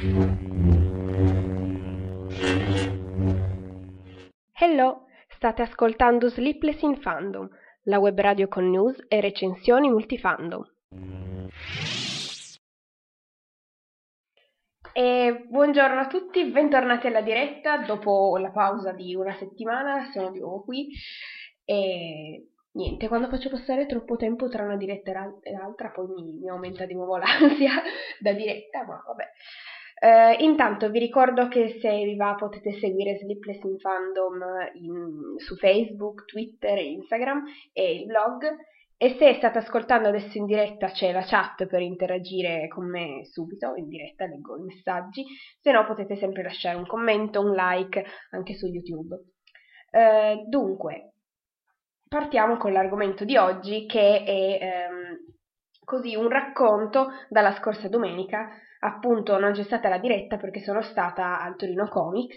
Hello, state ascoltando Sleepless in Fandom, la web radio con news e recensioni multifandom. E buongiorno a tutti, bentornati alla diretta. Dopo la pausa di una settimana sono di nuovo qui e niente, quando faccio passare troppo tempo tra una diretta e l'altra poi mi aumenta di nuovo l'ansia da diretta, ma vabbè. Intanto vi ricordo che se vi va potete seguire Sleepless in Fandom su Facebook, Twitter, Instagram e il blog. E se state ascoltando adesso in diretta c'è la chat per interagire con me subito, in diretta leggo i messaggi, se no potete sempre lasciare un commento, un like anche su YouTube. Dunque, partiamo con l'argomento di oggi che è così un racconto dalla scorsa domenica. Appunto non c'è stata la diretta perché sono stata al Torino Comics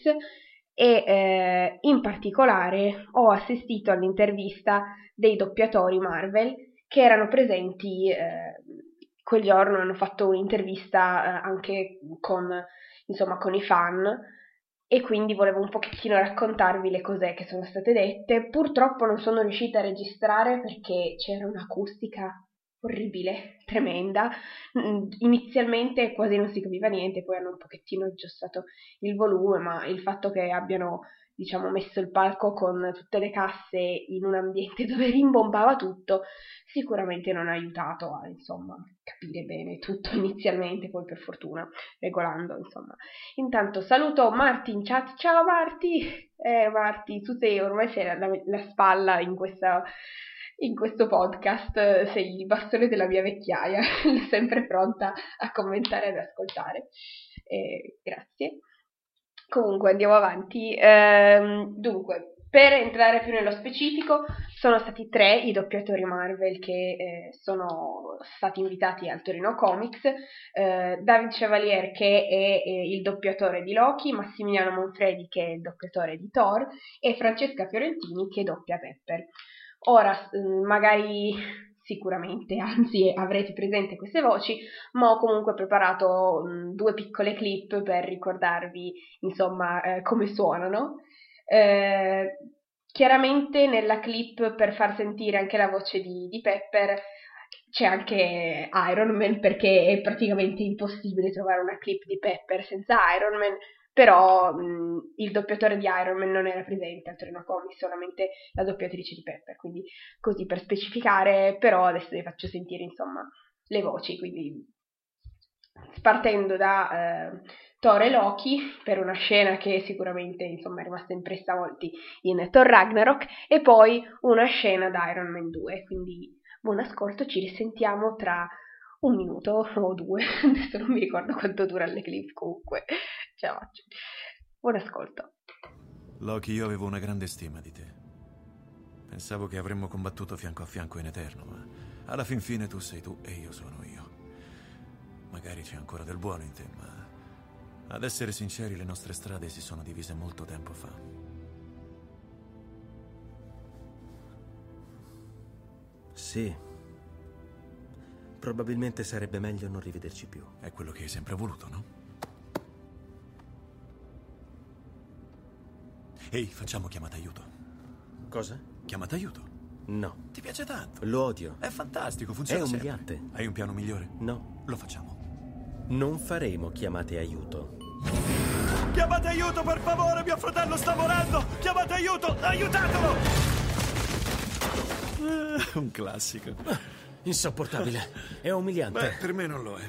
e in particolare ho assistito all'intervista dei doppiatori Marvel che erano presenti quel giorno, hanno fatto un'intervista anche con i fan e quindi volevo un pochettino raccontarvi le cose che sono state dette. Purtroppo non sono riuscita a registrare perché c'era un'acustica orribile, tremenda. Inizialmente quasi non si capiva niente, poi hanno un pochettino aggiustato il volume, ma il fatto che abbiano, diciamo, messo il palco con tutte le casse in un ambiente dove rimbombava tutto sicuramente non ha aiutato a, insomma, capire bene tutto inizialmente, poi per fortuna regolando, insomma. Intanto saluto Marti in chat. Ciao Marti! Marti, tu ormai sei la spalla in questo podcast, sei il bastone della mia vecchiaia, sempre pronta a commentare e ad ascoltare. Grazie. Comunque andiamo avanti. Dunque, per entrare più nello specifico, sono stati 3 i doppiatori Marvel che sono stati invitati al Torino Comics. David Chevalier, che è il doppiatore di Loki, Massimiliano Monfredi, che è il doppiatore di Thor, e Francesca Fiorentini, che doppia Pepper. Ora, magari sicuramente, anzi avrete presente queste voci, ma ho comunque preparato 2 piccole clip per ricordarvi, insomma, come suonano. Chiaramente nella clip, per far sentire anche la voce di Pepper, c'è anche Iron Man, perché è praticamente impossibile trovare una clip di Pepper senza Iron Man, però il doppiatore di Iron Man non era presente al Torino Comics, solamente la doppiatrice di Pepper, quindi così per specificare, però adesso vi faccio sentire insomma le voci, quindi partendo da Thor e Loki per una scena che sicuramente insomma è rimasta impressa a molti in Thor Ragnarok, e poi una scena da Iron Man 2, quindi buon ascolto, ci risentiamo tra 1 minuto o 2, adesso non mi ricordo quanto dura le clip, comunque ciao, buon ascolto. Loki, io avevo una grande stima di te. Pensavo che avremmo combattuto fianco a fianco in eterno, ma alla fin fine tu sei tu e io sono io. Magari c'è ancora del buono in te, ma ad essere sinceri le nostre strade si sono divise molto tempo fa. Sì. Probabilmente sarebbe meglio non rivederci più. È quello che hai sempre voluto, no? Ehi, facciamo chiamata aiuto. Cosa? Chiamata aiuto? No. Ti piace tanto? Lo odio. È fantastico, funziona È sempre. umiliante. Hai un piano migliore? No. Lo facciamo. Non faremo chiamate aiuto. Chiamate aiuto, per favore, mio fratello sta morendo! Chiamate aiuto, aiutatelo! Un classico. Insopportabile. È umiliante. Beh, per me non lo è.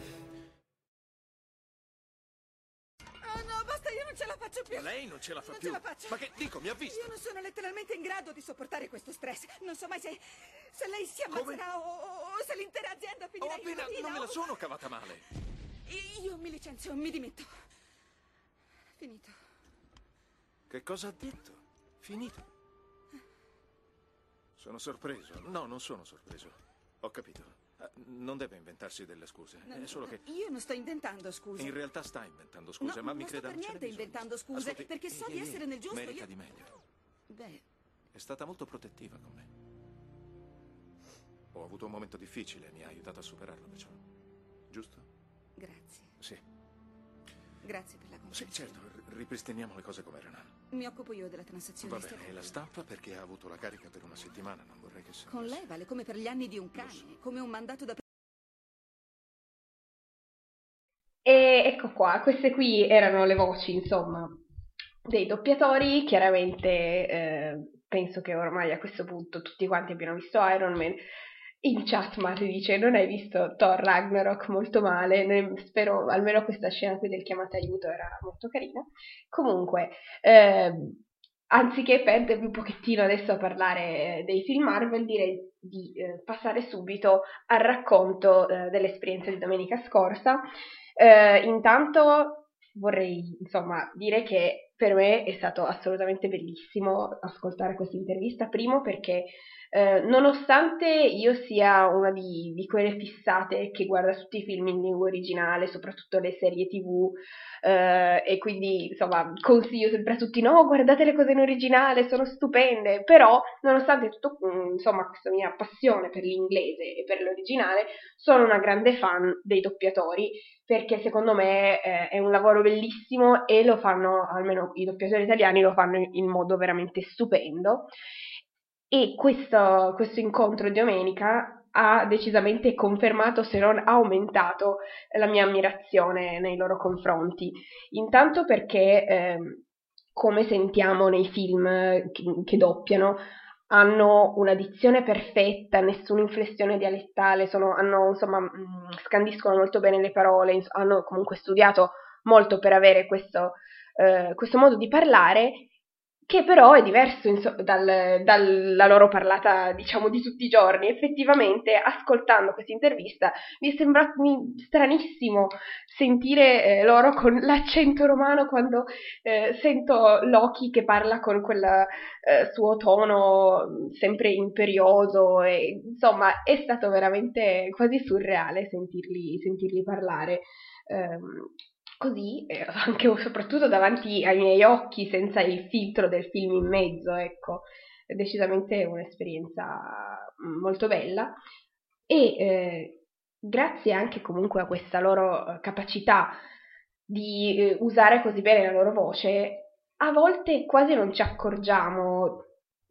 Oh no, basta, io non ce la faccio più. Ma lei non ce la fa Non più? ce la faccio. Ma che dico, mi ha visto? Io non sono letteralmente in grado di sopportare questo stress. Non so mai se lei si ammazzerà o se l'intera azienda finirà in rovina. Non me la sono cavata male. Io mi licenzio, mi dimetto. Finito. Che cosa ha detto? Finito. Sono sorpreso. No, non sono sorpreso. Ho capito. Non deve inventarsi delle scuse. È solo che... Io non sto inventando scuse. In realtà sta inventando scuse, ma mi creda, non sto per niente inventando scuse, Ascolti, perché so di essere nel giusto. Merita di meglio. Beh, È stata molto protettiva con me. Ho avuto un momento difficile, mi ha aiutato a superarlo, perciò. Giusto? grazie. Sì. Grazie per la conferma. Sì, certo, ripristiniamo le cose come erano. Mi occupo io della transazione. Va bene, e la stampa perché ha avuto la carica per una settimana, non vorrei che sia... Con lei vale come per gli anni di un cane, come un mandato da... E ecco qua, queste qui erano le voci, insomma, dei doppiatori. Chiaramente penso che ormai a questo punto tutti quanti abbiano visto Iron Man. In chat Mate dice: non hai visto Thor Ragnarok? Molto male. Spero almeno questa scena qui del chiamata aiuto era molto carina. Comunque, anziché perdermi un pochettino adesso a parlare dei film Marvel, direi di passare subito al racconto dell'esperienza di domenica scorsa. Intanto vorrei, insomma, dire che per me è stato assolutamente bellissimo ascoltare questa intervista. Primo perché nonostante io sia una di quelle fissate che guarda tutti i film in lingua originale, soprattutto le serie TV, e quindi insomma consiglio sempre a tutti: no, guardate le cose in originale, sono stupende. Però nonostante tutto, insomma, questa mia passione per l'inglese e per l'originale, sono una grande fan dei doppiatori, perché secondo me è un lavoro bellissimo e lo fanno, almeno i doppiatori italiani lo fanno in modo veramente stupendo. E questo incontro di domenica ha decisamente confermato, se non aumentato, la mia ammirazione nei loro confronti. Intanto perché, come sentiamo nei film che doppiano, hanno una dizione perfetta, nessuna inflessione dialettale, scandiscono molto bene le parole, hanno comunque studiato molto per avere questo modo di parlare, che però è diverso dalla loro parlata, diciamo, di tutti i giorni. Effettivamente, ascoltando questa intervista, mi è sembrato stranissimo sentire loro con l'accento romano, quando sento Loki che parla con quel suo tono sempre imperioso, e insomma è stato veramente quasi surreale sentirli parlare così, anche soprattutto davanti ai miei occhi, senza il filtro del film in mezzo. Ecco, è decisamente un'esperienza molto bella. E grazie anche comunque a questa loro capacità di usare così bene la loro voce, a volte quasi non ci accorgiamo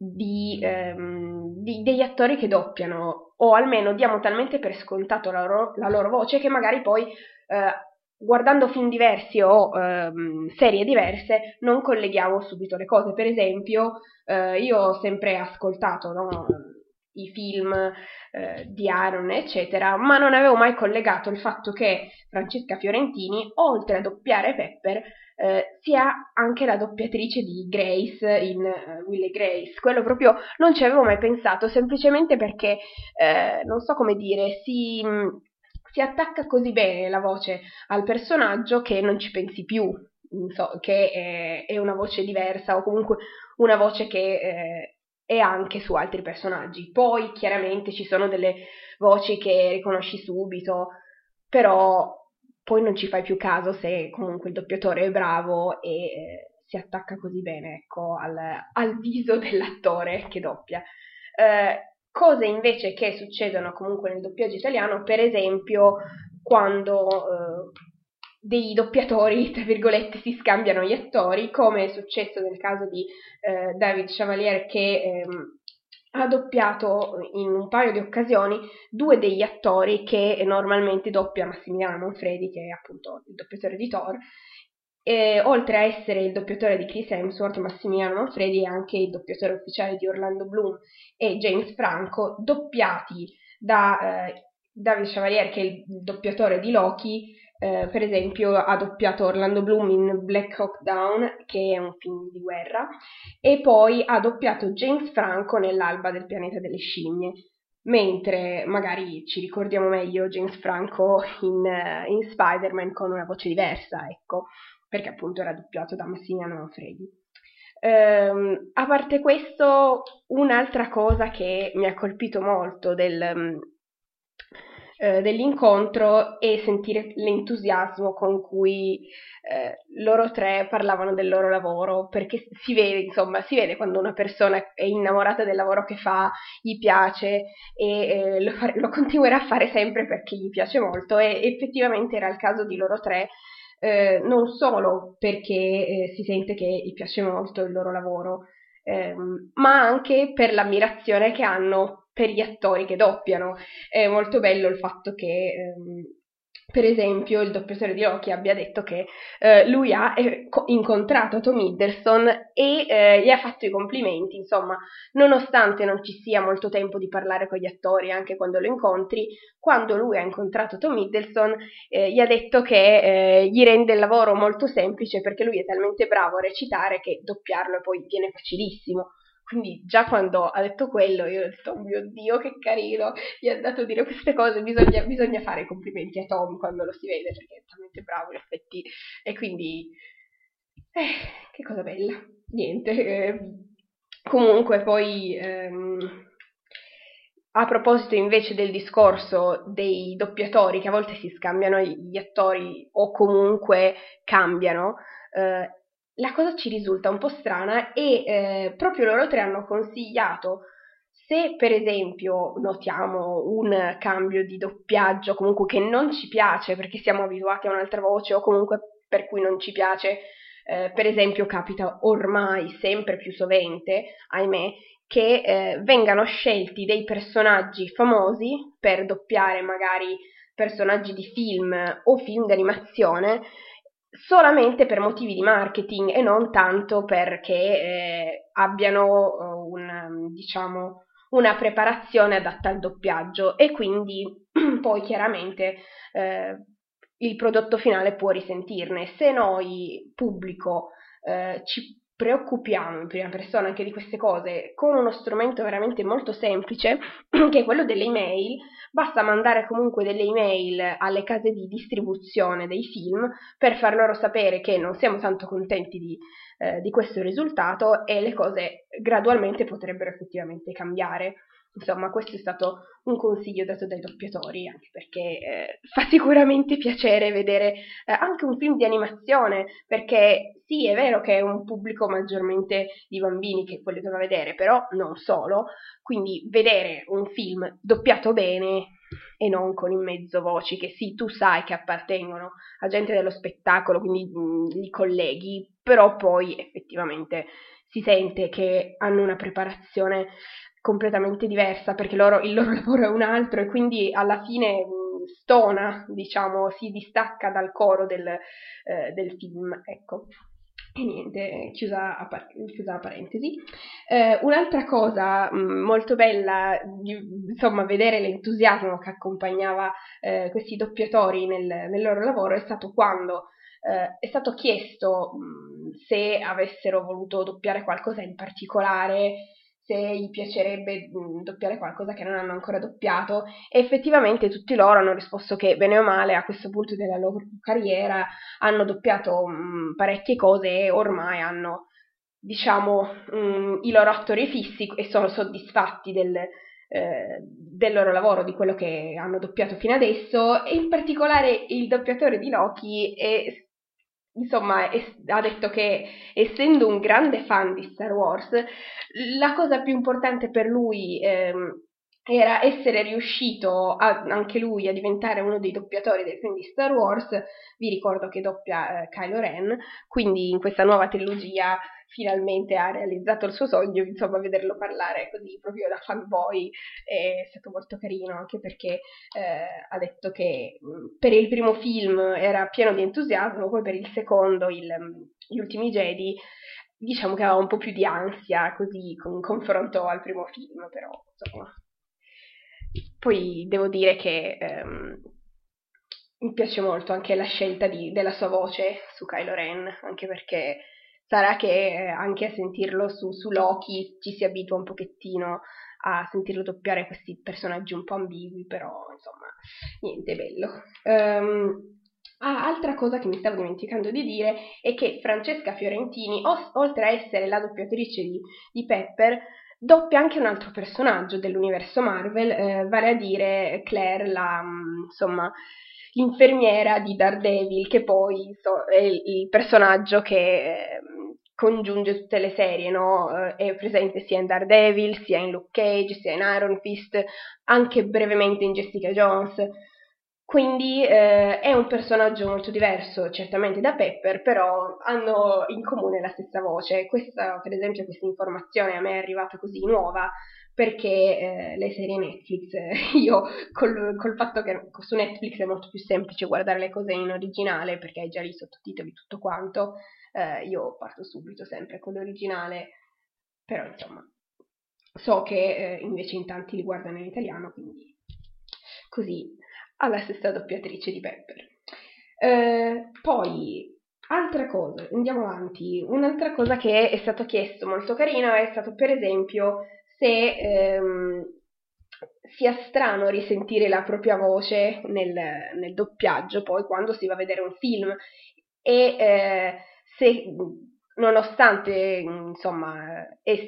degli attori che doppiano, o almeno diamo talmente per scontato la loro voce, che magari poi guardando film diversi o serie diverse non colleghiamo subito le cose. Per esempio, io ho sempre ascoltato, no, i film di Iron, eccetera, ma non avevo mai collegato il fatto che Francesca Fiorentini, oltre a doppiare Pepper, sia anche la doppiatrice di Grace in Will e Grace. Quello proprio non ci avevo mai pensato, semplicemente perché non so come dire, si attacca così bene la voce al personaggio che non ci pensi più, che è una voce diversa, o comunque una voce che è anche su altri personaggi. Poi chiaramente ci sono delle voci che riconosci subito, però poi non ci fai più caso se comunque il doppiatore è bravo e si attacca così bene, ecco, al viso dell'attore che doppia. Cose invece che succedono comunque nel doppiaggio italiano, per esempio quando dei doppiatori, tra virgolette, si scambiano gli attori, come è successo nel caso di David Chevalier, che ha doppiato in un paio di occasioni due degli attori che normalmente doppia Massimiliano Manfredi, che è appunto il doppiatore di Thor. Oltre a essere il doppiatore di Chris Hemsworth, Massimiliano Manfredi è anche il doppiatore ufficiale di Orlando Bloom e James Franco, doppiati da David Chevalier, che è il doppiatore di Loki. Per esempio ha doppiato Orlando Bloom in Black Hawk Down, che è un film di guerra, e poi ha doppiato James Franco nell'Alba del pianeta delle scimmie, mentre magari ci ricordiamo meglio James Franco in Spider-Man con una voce diversa, ecco, perché appunto era doppiato da Massimiliano Manfredi. A parte questo, un'altra cosa che mi ha colpito molto dell'incontro è sentire l'entusiasmo con cui loro tre parlavano del loro lavoro, perché si vede quando una persona è innamorata del lavoro che fa, gli piace e lo continuerà a fare sempre perché gli piace molto, e effettivamente era il caso di loro tre. non solo perché si sente che gli piace molto il loro lavoro, ma anche per l'ammirazione che hanno per gli attori che doppiano. È molto bello il fatto che, per esempio, il doppiatore di Loki abbia detto che lui ha incontrato Tom Hiddleston e gli ha fatto i complimenti, insomma, nonostante non ci sia molto tempo di parlare con gli attori, anche quando lo incontri, quando lui ha incontrato Tom Hiddleston gli ha detto che gli rende il lavoro molto semplice perché lui è talmente bravo a recitare che doppiarlo poi viene facilissimo. Quindi già quando ha detto quello io ho detto, oh mio Dio, che carino, gli ha dato a dire queste cose, bisogna fare i complimenti a Tom quando lo si vede perché è talmente bravo in effetti. E quindi, che cosa bella. Niente, comunque poi, a proposito invece del discorso dei doppiatori che a volte si scambiano gli attori o comunque cambiano, la cosa ci risulta un po' strana e proprio loro tre hanno consigliato, se per esempio notiamo un cambio di doppiaggio comunque che non ci piace perché siamo abituati a un'altra voce o comunque per cui non ci piace, per esempio capita ormai sempre più sovente, ahimè, che vengano scelti dei personaggi famosi per doppiare magari personaggi di film o film d'animazione solamente per motivi di marketing e non tanto perché abbiano diciamo, una preparazione adatta al doppiaggio e quindi poi chiaramente il prodotto finale può risentirne. Se noi, pubblico, ci preoccupiamo in prima persona anche di queste cose con uno strumento veramente molto semplice, che è quello delle email, basta mandare comunque delle email alle case di distribuzione dei film per far loro sapere che non siamo tanto contenti di questo risultato e le cose gradualmente potrebbero effettivamente cambiare. Insomma, questo è stato un consiglio dato dai doppiatori, anche perché fa sicuramente piacere vedere anche un film di animazione, perché sì, è vero che è un pubblico maggiormente di bambini che è quello che va a vedere, però non solo, quindi vedere un film doppiato bene e non con in mezzo voci che sì, tu sai che appartengono a gente dello spettacolo, quindi li colleghi, però poi effettivamente si sente che hanno una preparazione completamente diversa perché il loro lavoro è un altro e quindi alla fine stona, diciamo, si distacca dal coro del film, ecco. E niente, chiusa la parentesi. Un'altra cosa molto bella, insomma, vedere l'entusiasmo che accompagnava questi doppiatori nel loro lavoro è stato quando è stato chiesto se avessero voluto doppiare qualcosa in particolare, se gli piacerebbe doppiare qualcosa che non hanno ancora doppiato, e effettivamente tutti loro hanno risposto che bene o male a questo punto della loro carriera hanno doppiato parecchie cose e ormai hanno, diciamo, i loro attori fissi e sono soddisfatti del loro lavoro, di quello che hanno doppiato fino adesso, e in particolare il doppiatore di Loki ha detto che essendo un grande fan di Star Wars, la cosa più importante per lui era essere riuscito anche lui a diventare uno dei doppiatori del film di Star Wars. Vi ricordo che doppia Kylo Ren, quindi in questa nuova trilogia finalmente ha realizzato il suo sogno, insomma vederlo parlare così proprio da fanboy è stato molto carino, anche perché ha detto che per il primo film era pieno di entusiasmo, poi per il secondo, Gli Ultimi Jedi, diciamo che aveva un po' più di ansia così con confronto al primo film, però insomma. Poi devo dire che mi piace molto anche la scelta della sua voce su Kylo Ren, anche perché sarà che anche a sentirlo su Loki ci si abitua un pochettino a sentirlo doppiare questi personaggi un po' ambigui, però insomma, niente, bello. Altra cosa che mi stavo dimenticando di dire è che Francesca Fiorentini, oltre a essere la doppiatrice di Pepper, doppia anche un altro personaggio dell'universo Marvel, vale a dire Claire, insomma, l'infermiera di Daredevil, che poi è il personaggio che congiunge tutte le serie, no? È presente sia in Daredevil, sia in Luke Cage, sia in Iron Fist, anche brevemente in Jessica Jones. Quindi è un personaggio molto diverso certamente da Pepper, però hanno in comune la stessa voce. Questa, per esempio, questa informazione a me è arrivata così nuova perché le serie Netflix, io col fatto che su Netflix è molto più semplice guardare le cose in originale perché hai già lì i sottotitoli tutto quanto, io parto subito sempre con l'originale, però insomma so che invece in tanti li guardano in italiano, quindi così alla stessa doppiatrice di Pepper. Poi, altra cosa, andiamo avanti. Un'altra cosa che è stato chiesto molto carino è stato per esempio se sia strano risentire la propria voce nel doppiaggio poi quando si va a vedere un film e se nonostante insomma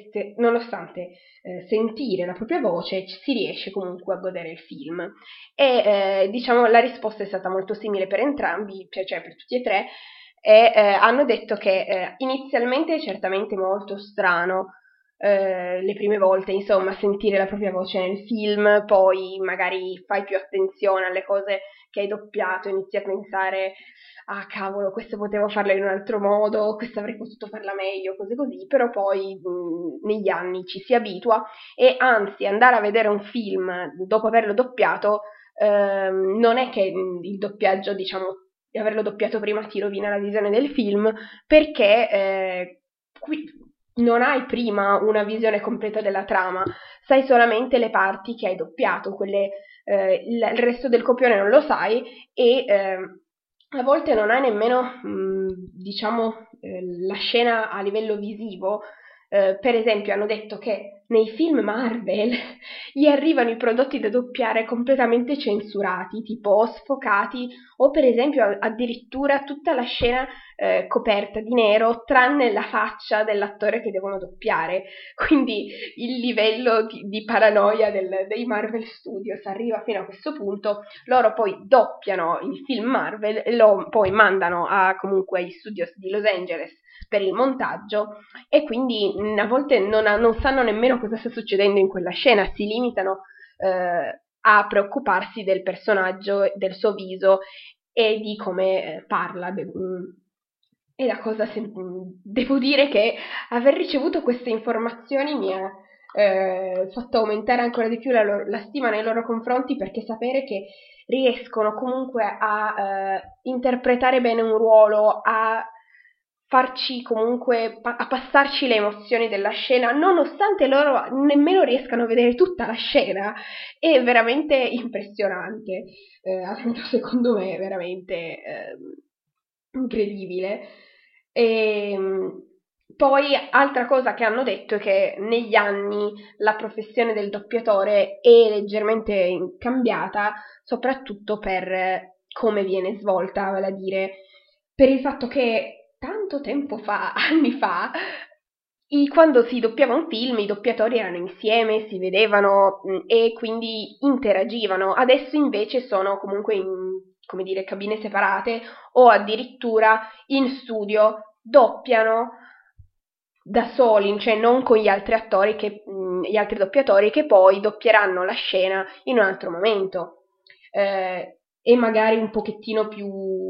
sentire la propria voce si riesce comunque a godere il film e diciamo la risposta è stata molto simile per entrambi, cioè per tutti e tre, e hanno detto che inizialmente è certamente molto strano le prime volte, insomma, sentire la propria voce nel film, poi magari fai più attenzione alle cose che hai doppiato, inizi a pensare, ah cavolo, questo potevo farlo in un altro modo, questo avrei potuto farla meglio, cose così, però poi negli anni ci si abitua e anzi andare a vedere un film dopo averlo doppiato non è che il doppiaggio, diciamo, di averlo doppiato prima ti rovina la visione del film, perché qui non hai prima una visione completa della trama, sai solamente le parti che hai doppiato, il resto del copione non lo sai e a volte non hai nemmeno, diciamo, la scena a livello visivo. Per esempio hanno detto che nei film Marvel gli arrivano i prodotti da doppiare completamente censurati, tipo sfocati, o per esempio addirittura tutta la scena coperta di nero, tranne la faccia dell'attore che devono doppiare. Quindi il livello di paranoia dei Marvel Studios arriva fino a questo punto. Loro poi doppiano il film Marvel e lo poi mandano comunque agli studios di Los Angeles per il montaggio e quindi a volte non sanno nemmeno cosa sta succedendo in quella scena, si limitano a preoccuparsi del personaggio, del suo viso e di come parla. E la cosa, devo dire che aver ricevuto queste informazioni mi ha fatto aumentare ancora di più la stima nei loro confronti, perché sapere che riescono comunque a interpretare bene un ruolo, a farci comunque, a passarci le emozioni della scena, nonostante loro nemmeno riescano a vedere tutta la scena, è veramente impressionante, almeno secondo me è veramente incredibile. E poi altra cosa che hanno detto è che negli anni la professione del doppiatore è leggermente cambiata, soprattutto per come viene svolta, vale a dire per il fatto che tanto tempo fa, anni fa, quando si doppiava un film, i doppiatori erano insieme, si vedevano e quindi interagivano. Adesso invece sono comunque in, come dire, cabine separate o addirittura in studio doppiano da soli, cioè non con gli altri attori, gli altri doppiatori che poi doppieranno la scena in un altro momento. E magari un pochettino più,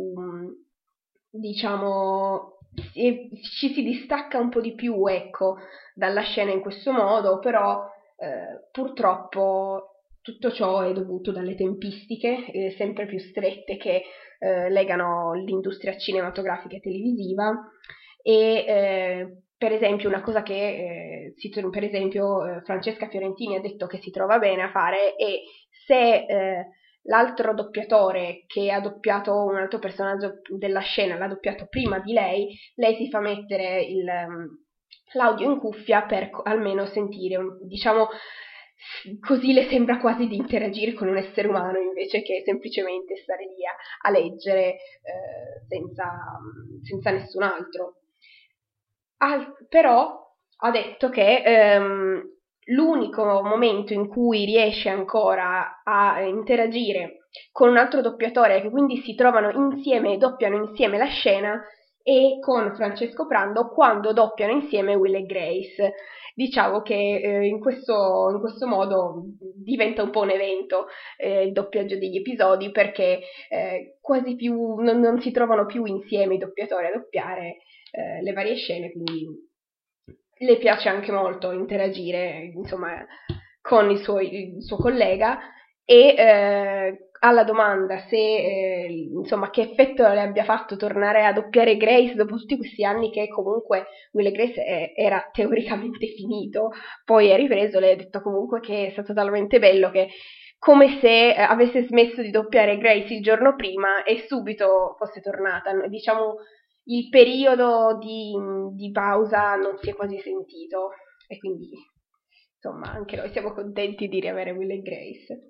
diciamo, ci si distacca un po' di più, ecco, dalla scena in questo modo, però purtroppo tutto ciò è dovuto dalle tempistiche sempre più strette che legano l'industria cinematografica e televisiva e per esempio una cosa che per esempio Francesca Fiorentini ha detto che si trova bene a fare è se l'altro doppiatore che ha doppiato un altro personaggio della scena l'ha doppiato prima di lei si fa mettere l'audio in cuffia per almeno sentire, diciamo, così le sembra quasi di interagire con un essere umano invece che semplicemente stare lì a leggere senza nessun altro. Però ha detto che l'unico momento in cui riesce ancora a interagire con un altro doppiatore, che quindi si trovano insieme e doppiano insieme la scena, e con Francesco Prando quando doppiano insieme Will e Grace. Diciamo che in questo modo diventa un po' un evento il doppiaggio degli episodi, perché quasi più non si trovano più insieme i doppiatori a doppiare le varie scene, quindi le piace anche molto interagire, insomma, con il suo collega. E alla domanda se insomma che effetto le abbia fatto tornare a doppiare Grace dopo tutti questi anni che comunque Will e Grace era teoricamente finito, poi è ripreso, lei ha detto comunque che è stato talmente bello che come se avesse smesso di doppiare Grace il giorno prima e subito fosse tornata. Diciamo il periodo di pausa non si è quasi sentito, e quindi insomma anche noi siamo contenti di riavere Will e Grace.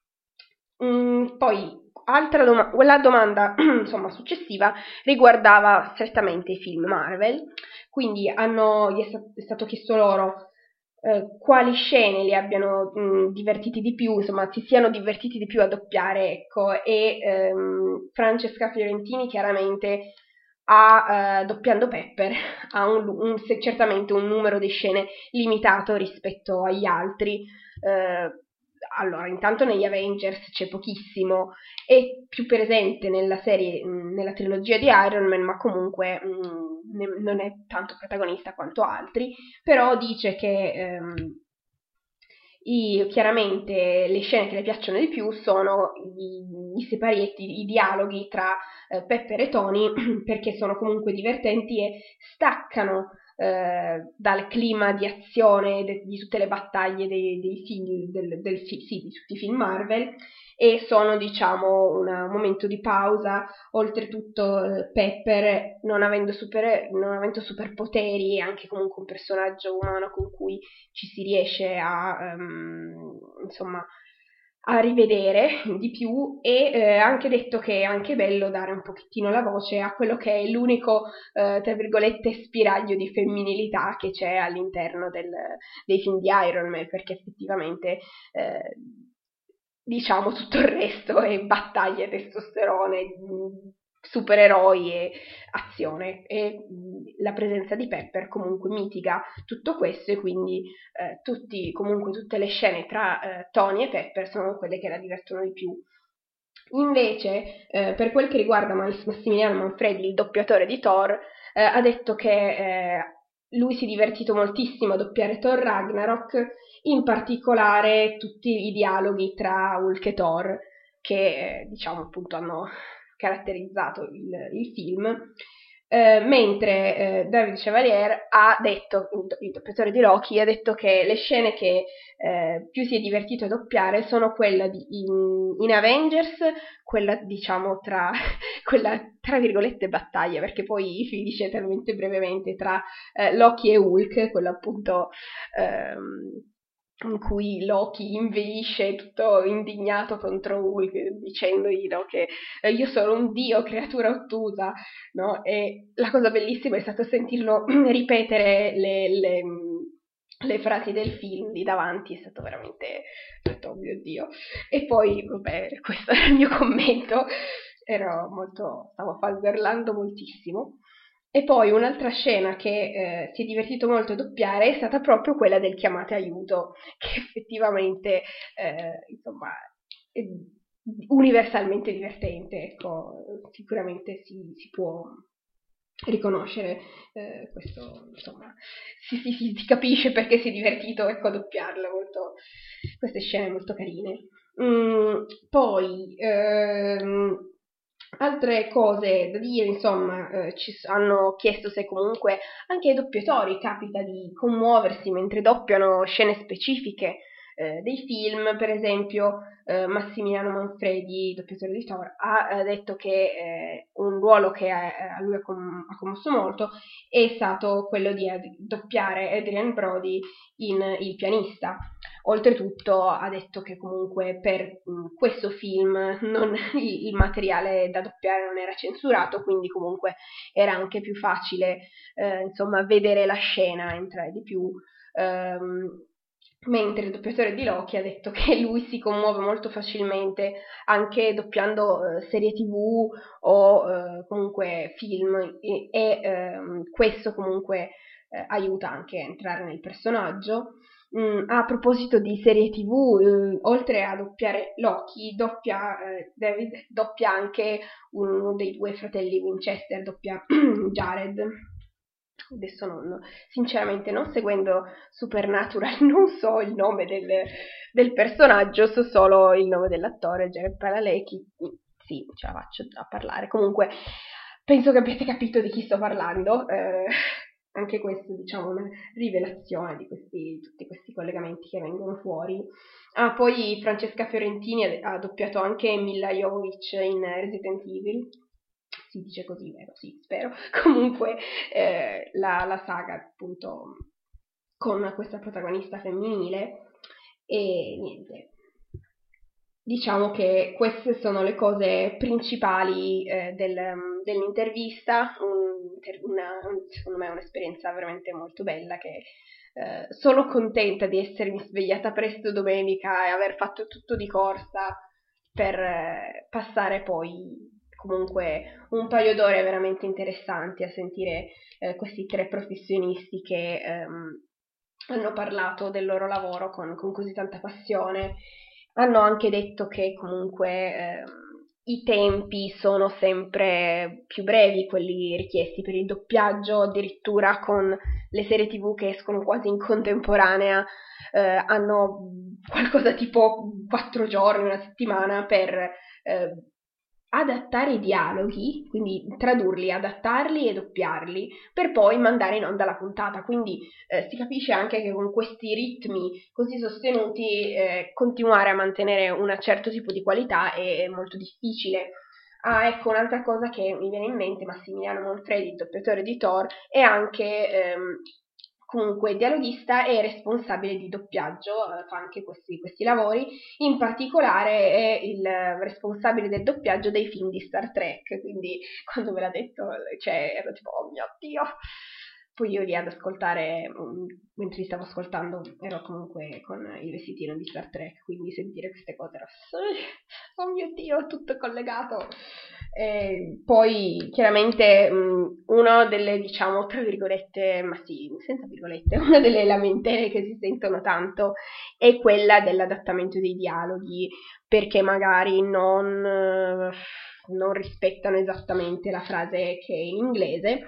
Poi la domanda insomma successiva riguardava strettamente i film Marvel, quindi è stato chiesto loro quali scene li abbiano divertiti di più, insomma si siano divertiti di più a doppiare, ecco, e Francesca Fiorentini chiaramente doppiando Pepper ha certamente un numero di scene limitato rispetto agli altri. Allora, intanto negli Avengers c'è pochissimo, è più presente nella serie, nella trilogia di Iron Man, ma comunque non è tanto protagonista quanto altri, però dice che chiaramente le scene che le piacciono di più sono i siparietti, i dialoghi tra Pepper e Tony, perché sono comunque divertenti e staccano dal clima di azione di tutte le battaglie dei film, sì, di tutti i film Marvel, e sono diciamo un momento di pausa. Oltretutto Pepper non avendo superpoteri è anche comunque un personaggio umano con cui ci si riesce insomma a rivedere di più, e anche detto che è anche bello dare un pochettino la voce a quello che è l'unico tra virgolette spiraglio di femminilità che c'è all'interno dei film di Iron Man, perché effettivamente diciamo tutto il resto è battaglie, testosterone, supereroi e azione, e la presenza di Pepper comunque mitiga tutto questo, e quindi tutte le scene tra Tony e Pepper sono quelle che la divertono di più. Invece per quel che riguarda Massimiliano Manfredi, il doppiatore di Thor, ha detto che lui si è divertito moltissimo a doppiare Thor Ragnarok, in particolare tutti i dialoghi tra Hulk e Thor, che diciamo appunto hanno caratterizzato il film, mentre David Chevalier ha detto, il doppiatore di Loki, ha detto che le scene che più si è divertito a doppiare sono quella in Avengers, quella diciamo quella tra virgolette battaglia, perché poi si dice talmente brevemente, tra Loki e Hulk, quella appunto in cui Loki inveisce tutto indignato contro Hulk dicendogli, no, che io sono un dio, creatura ottusa, no? E la cosa bellissima è stato sentirlo ripetere le frasi del film lì davanti, è stato veramente, ho detto, oh mio Dio. E poi, vabbè, questo è il mio commento, stavo falberlando moltissimo. E poi un'altra scena che si è divertito molto a doppiare è stata proprio quella del chiamate aiuto, che effettivamente insomma è universalmente divertente, ecco, sicuramente si può riconoscere questo, insomma, si capisce perché si è divertito, ecco, a doppiarla, queste scene molto carine. Poi altre cose da dire, insomma, ci hanno chiesto se comunque anche ai doppiatori capita di commuoversi mentre doppiano scene specifiche dei film. Per esempio Massimiliano Manfredi, doppiatore di Thor, ha detto che un ruolo che a lui ha commosso molto è stato quello di doppiare Adrian Brody in Il pianista. Oltretutto ha detto che comunque per questo film il materiale da doppiare non era censurato, quindi comunque era anche più facile insomma vedere la scena, entrare di più mentre il doppiatore di Loki ha detto che lui si commuove molto facilmente anche doppiando serie TV o comunque film e questo comunque aiuta anche a entrare nel personaggio. A proposito di serie TV, oltre a doppiare Loki, David doppia anche uno dei due fratelli Winchester, doppia Jared. Adesso sinceramente non seguendo Supernatural non so il nome del personaggio, so solo il nome dell'attore, Jared Padalecki. Sì, ce la faccio a parlare. Comunque penso che abbiate capito di chi sto parlando. Anche questo, diciamo, una rivelazione di tutti questi collegamenti che vengono fuori. Poi Francesca Fiorentini ha doppiato anche Milla Jovovich in Resident Evil. Si dice così, vero? Sì, spero. Comunque la saga, appunto, con questa protagonista femminile. E niente. Diciamo che queste sono le cose principali dell'intervista, secondo me è un'esperienza veramente molto bella che sono contenta di essermi svegliata presto domenica e aver fatto tutto di corsa per passare poi comunque un paio d'ore veramente interessanti a sentire questi tre professionisti che hanno parlato del loro lavoro con così tanta passione. Hanno anche detto che comunque i tempi sono sempre più brevi, quelli richiesti per il doppiaggio, addirittura con le serie TV che escono quasi in contemporanea, hanno qualcosa tipo 4 giorni, una settimana per adattare i dialoghi, quindi tradurli, adattarli e doppiarli, per poi mandare in onda la puntata. Quindi si capisce anche che con questi ritmi così sostenuti continuare a mantenere un certo tipo di qualità è molto difficile. Ecco, un'altra cosa che mi viene in mente, Massimiliano Manfredi, il doppiatore di Thor, è anche comunque dialoghista e responsabile di doppiaggio, fa anche questi lavori. In particolare è il responsabile del doppiaggio dei film di Star Trek, quindi quando me l'ha detto, cioè, ero tipo, oh mio Dio. Poi io lì ad ascoltare, mentre li stavo ascoltando, ero comunque con il vestitino di Star Trek, quindi sentire queste cose era, oh mio Dio, tutto collegato. Poi chiaramente una delle, diciamo, tra virgolette, ma sì, senza virgolette, una delle lamentele che si sentono tanto è quella dell'adattamento dei dialoghi, perché magari non rispettano esattamente la frase che è in inglese.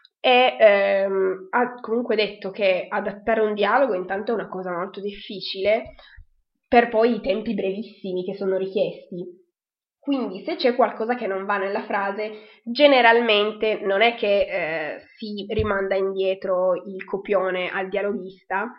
E ha comunque detto che adattare un dialogo intanto è una cosa molto difficile per poi i tempi brevissimi che sono richiesti. Quindi se c'è qualcosa che non va nella frase, generalmente non è che si rimanda indietro il copione al dialoghista,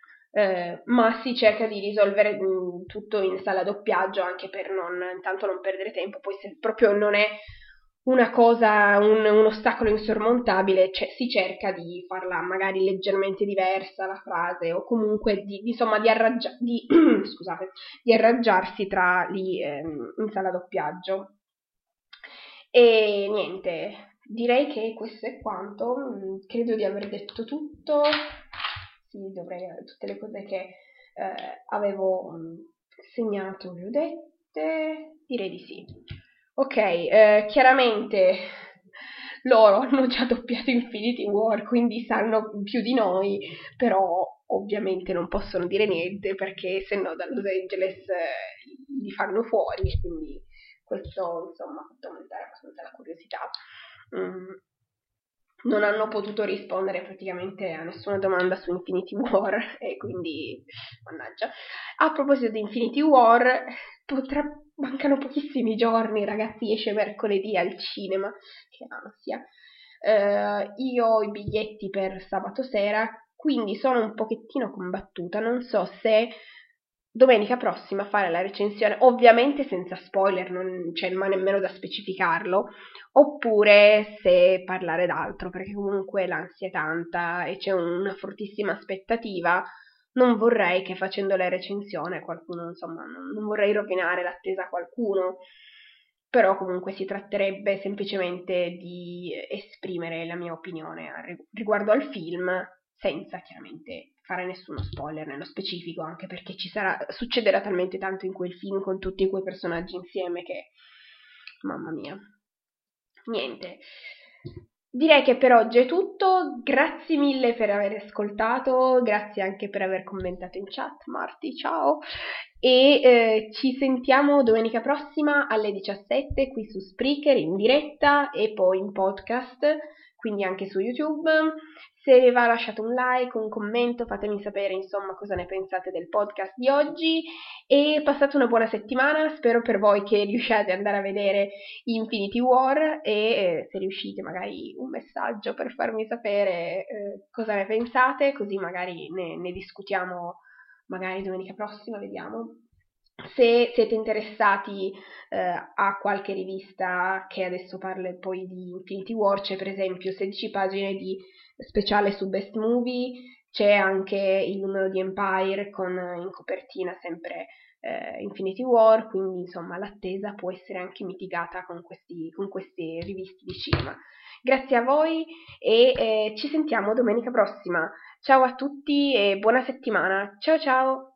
ma si cerca di risolvere tutto in sala doppiaggio, anche per intanto non perdere tempo. Poi se proprio non è una cosa, un ostacolo insormontabile, si cerca di farla magari leggermente diversa la frase, o comunque insomma di scusate, di arrangiarsi tra lì in sala doppiaggio. E niente, direi che questo è quanto. Credo di aver detto tutto. Sì, dovrei avere tutte le cose che avevo segnato, le ho dette. Direi di sì. Ok, chiaramente loro hanno già doppiato Infinity War, quindi sanno più di noi, però ovviamente non possono dire niente perché se no da Los Angeles li fanno fuori, e quindi questo insomma ha fatto aumentare abbastanza la curiosità. Non hanno potuto rispondere praticamente a nessuna domanda su Infinity War e quindi mannaggia. A proposito di Infinity War, mancano pochissimi giorni, ragazzi, esce mercoledì al cinema, che ansia. Io ho i biglietti per sabato sera, quindi sono un pochettino combattuta, non so se domenica prossima fare la recensione, ovviamente senza spoiler, non c'è ma nemmeno da specificarlo, oppure se parlare d'altro, perché comunque l'ansia è tanta e c'è una fortissima aspettativa. Non vorrei che facendo la recensione qualcuno, insomma, non vorrei rovinare l'attesa a qualcuno, però comunque si tratterebbe semplicemente di esprimere la mia opinione riguardo al film, senza chiaramente fare nessuno spoiler nello specifico, anche perché succederà talmente tanto in quel film con tutti quei personaggi insieme che, mamma mia. Niente, direi che per oggi è tutto. Grazie mille per aver ascoltato, grazie anche per aver commentato in chat, Marti, ciao, e ci sentiamo domenica prossima alle 17 qui su Spreaker in diretta e poi in podcast, quindi anche su YouTube. Se va lasciate un like, un commento, fatemi sapere insomma cosa ne pensate del podcast di oggi e passate una buona settimana. Spero per voi che riusciate ad andare a vedere Infinity War e se riuscite magari un messaggio per farmi sapere cosa ne pensate, così magari ne discutiamo magari domenica prossima, vediamo. Se siete interessati a qualche rivista che adesso parla poi di Infinity War, c'è per esempio 16 pagine di speciale su Best Movie, c'è anche il numero di Empire con in copertina sempre Infinity War, quindi insomma l'attesa può essere anche mitigata con queste riviste di cinema. Grazie a voi e ci sentiamo domenica prossima. Ciao a tutti e buona settimana. Ciao ciao!